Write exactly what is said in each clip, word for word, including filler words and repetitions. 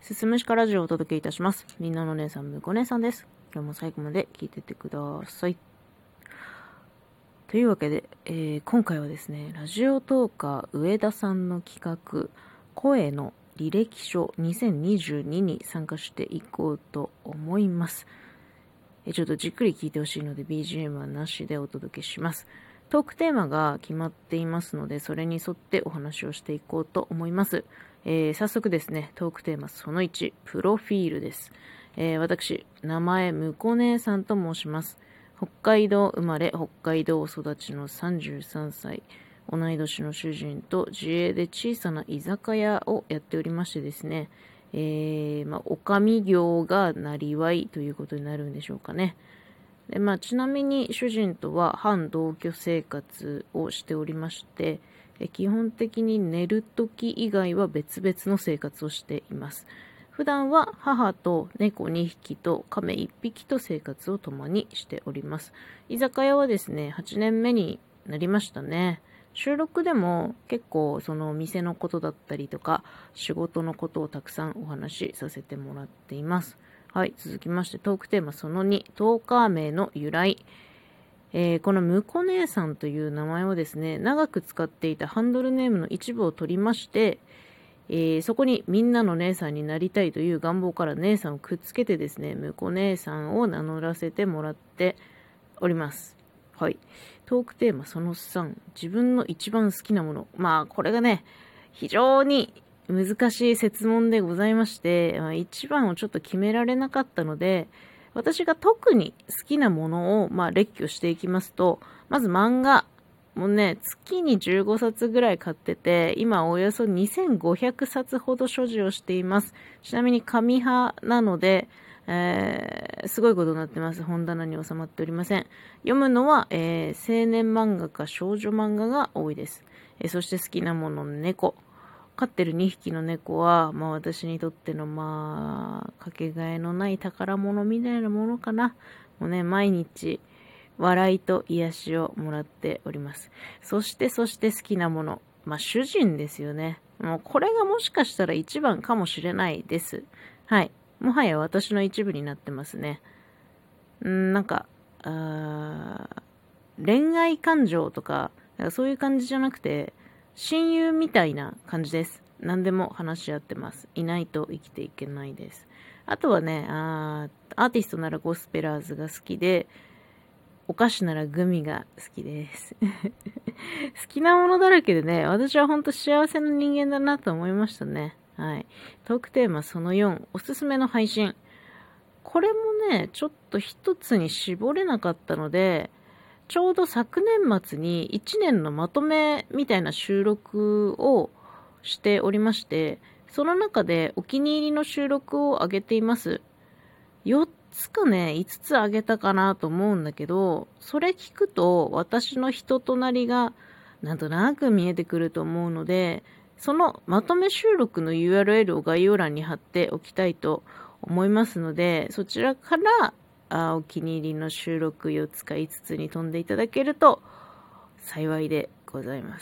すすむしかラジオをお届けいたします。みんなの姉さん、むこ姉さんです。今日も最後まで聞いてってください。というわけで、えー、今回はですね、ラジオトーカー上田さんの企画、声の履歴書にせんにじゅうにに参加していこうと思います。えー、ちょっとじっくり聞いてほしいので ビージーエム はなしでお届けします。トークテーマが決まっていますので、それに沿ってお話をしていこうと思います。えー、早速ですね、トークテーマそのいち、プロフィールです。えー、私、名前、むこ姉さんと申します。北海道生まれ、北海道育ちのさんじゅうさんさい、同い年の主人と自営で小さな居酒屋をやっておりましてですね、えー、まあ、おかみ業がなりわいということになるんでしょうかね。でまあ、ちなみに主人とは半同居生活をしておりまして、基本的に寝るとき以外は別々の生活をしています。普段は母と猫にひきと亀いっぴきと生活を共にしております。居酒屋はですね、はちねんめになりましたね。収録でも結構その店のことだったりとか仕事のことをたくさんお話しさせてもらっています。はい、続きましてトークテーマそのに、トーカー名の由来。えー、このむこ姉さんという名前をですね、長く使っていたハンドルネームの一部を取りまして、えー、そこにみんなの姉さんになりたいという願望から姉さんをくっつけてですね、むこ姉さんを名乗らせてもらっております。はい。トークテーマそのさん、自分の一番好きなもの。まあ、これがね、非常に難しい設問でございまして、まあ、一番をちょっと決められなかったので、私が特に好きなものを、まあ、列挙していきますと、まず漫画。もうね、月にじゅうごさつぐらい買ってて、今およそにせんごひゃくさつほど所持をしています。ちなみに紙派なので、えー、すごいことになってます。本棚に収まっておりません。読むのは、えー、青年漫画か少女漫画が多いです。えー、そして好きなもの、猫。飼ってるにひきの猫は、まあ私にとっての、まあ、かけがえのない宝物みたいなものかな。もうね、毎日、笑いと癒しをもらっております。そして、そして好きなもの。まあ主人ですよね。もうこれがもしかしたら一番かもしれないです。はい。もはや私の一部になってますね。んーなんか、あ恋愛感情とか、なんかそういう感じじゃなくて、親友みたいな感じです。何でも話し合ってます。いないと生きていけないです。あとはね、あーアーティストならゴスペラーズが好きで、お菓子ならグミが好きです。好きなものだらけでね、私は本当幸せな人間だなと思いましたね。はい。トークテーマそのよん、おすすめの配信。これもね、ちょっと一つに絞れなかったので、ちょうど昨年末にいちねんのまとめみたいな収録をしておりまして、その中でお気に入りの収録を上げています。よっつかね、いつつ上げたかなと思うんだけど、それ聞くと私の人となりがなんとなく見えてくると思うので、そのまとめ収録の ユーアールエル を概要欄に貼っておきたいと思いますので、そちらからあお気に入りの収録よっつかいつつに飛んでいただけると幸いでございます。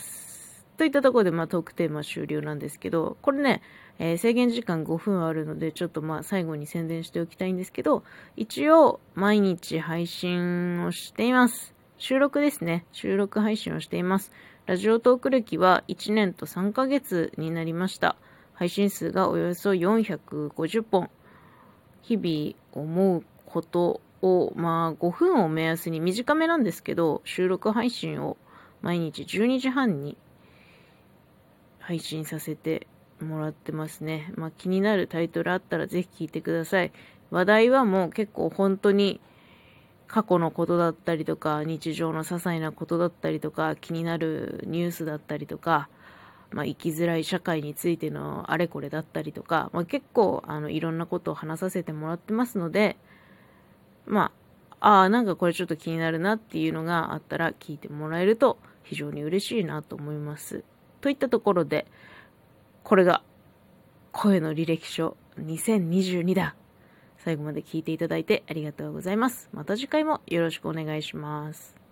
といったところで、まあ、トークテーマ終了なんですけど、これね、えー、制限時間ごふんあるので、ちょっとまあ最後に宣伝しておきたいんですけど、一応毎日配信をしています。収録ですね。収録配信をしています。ラジオトーク歴はいちねんとさんかげつになりました。配信数がおよそよんひゃくごじゅっぽん。日々思うことを、まあごふんを目安に短めなんですけど、収録配信を毎日じゅうにじはんに配信させてもらってますね。まあ気になるタイトルあったらぜひ聞いてください。話題はもう結構本当に過去のことだったりとか、日常の些細なことだったりとか、気になるニュースだったりとか、まあ、生きづらい社会についてのあれこれだったりとか、まあ、結構あのいろんなことを話させてもらってますので、まあ、ああ、なんかこれちょっと気になるなっていうのがあったら聞いてもらえると非常に嬉しいなと思います。といったところで、これが声の履歴書にせんにじゅうにだ。最後まで聞いていただいてありがとうございます。また次回もよろしくお願いします。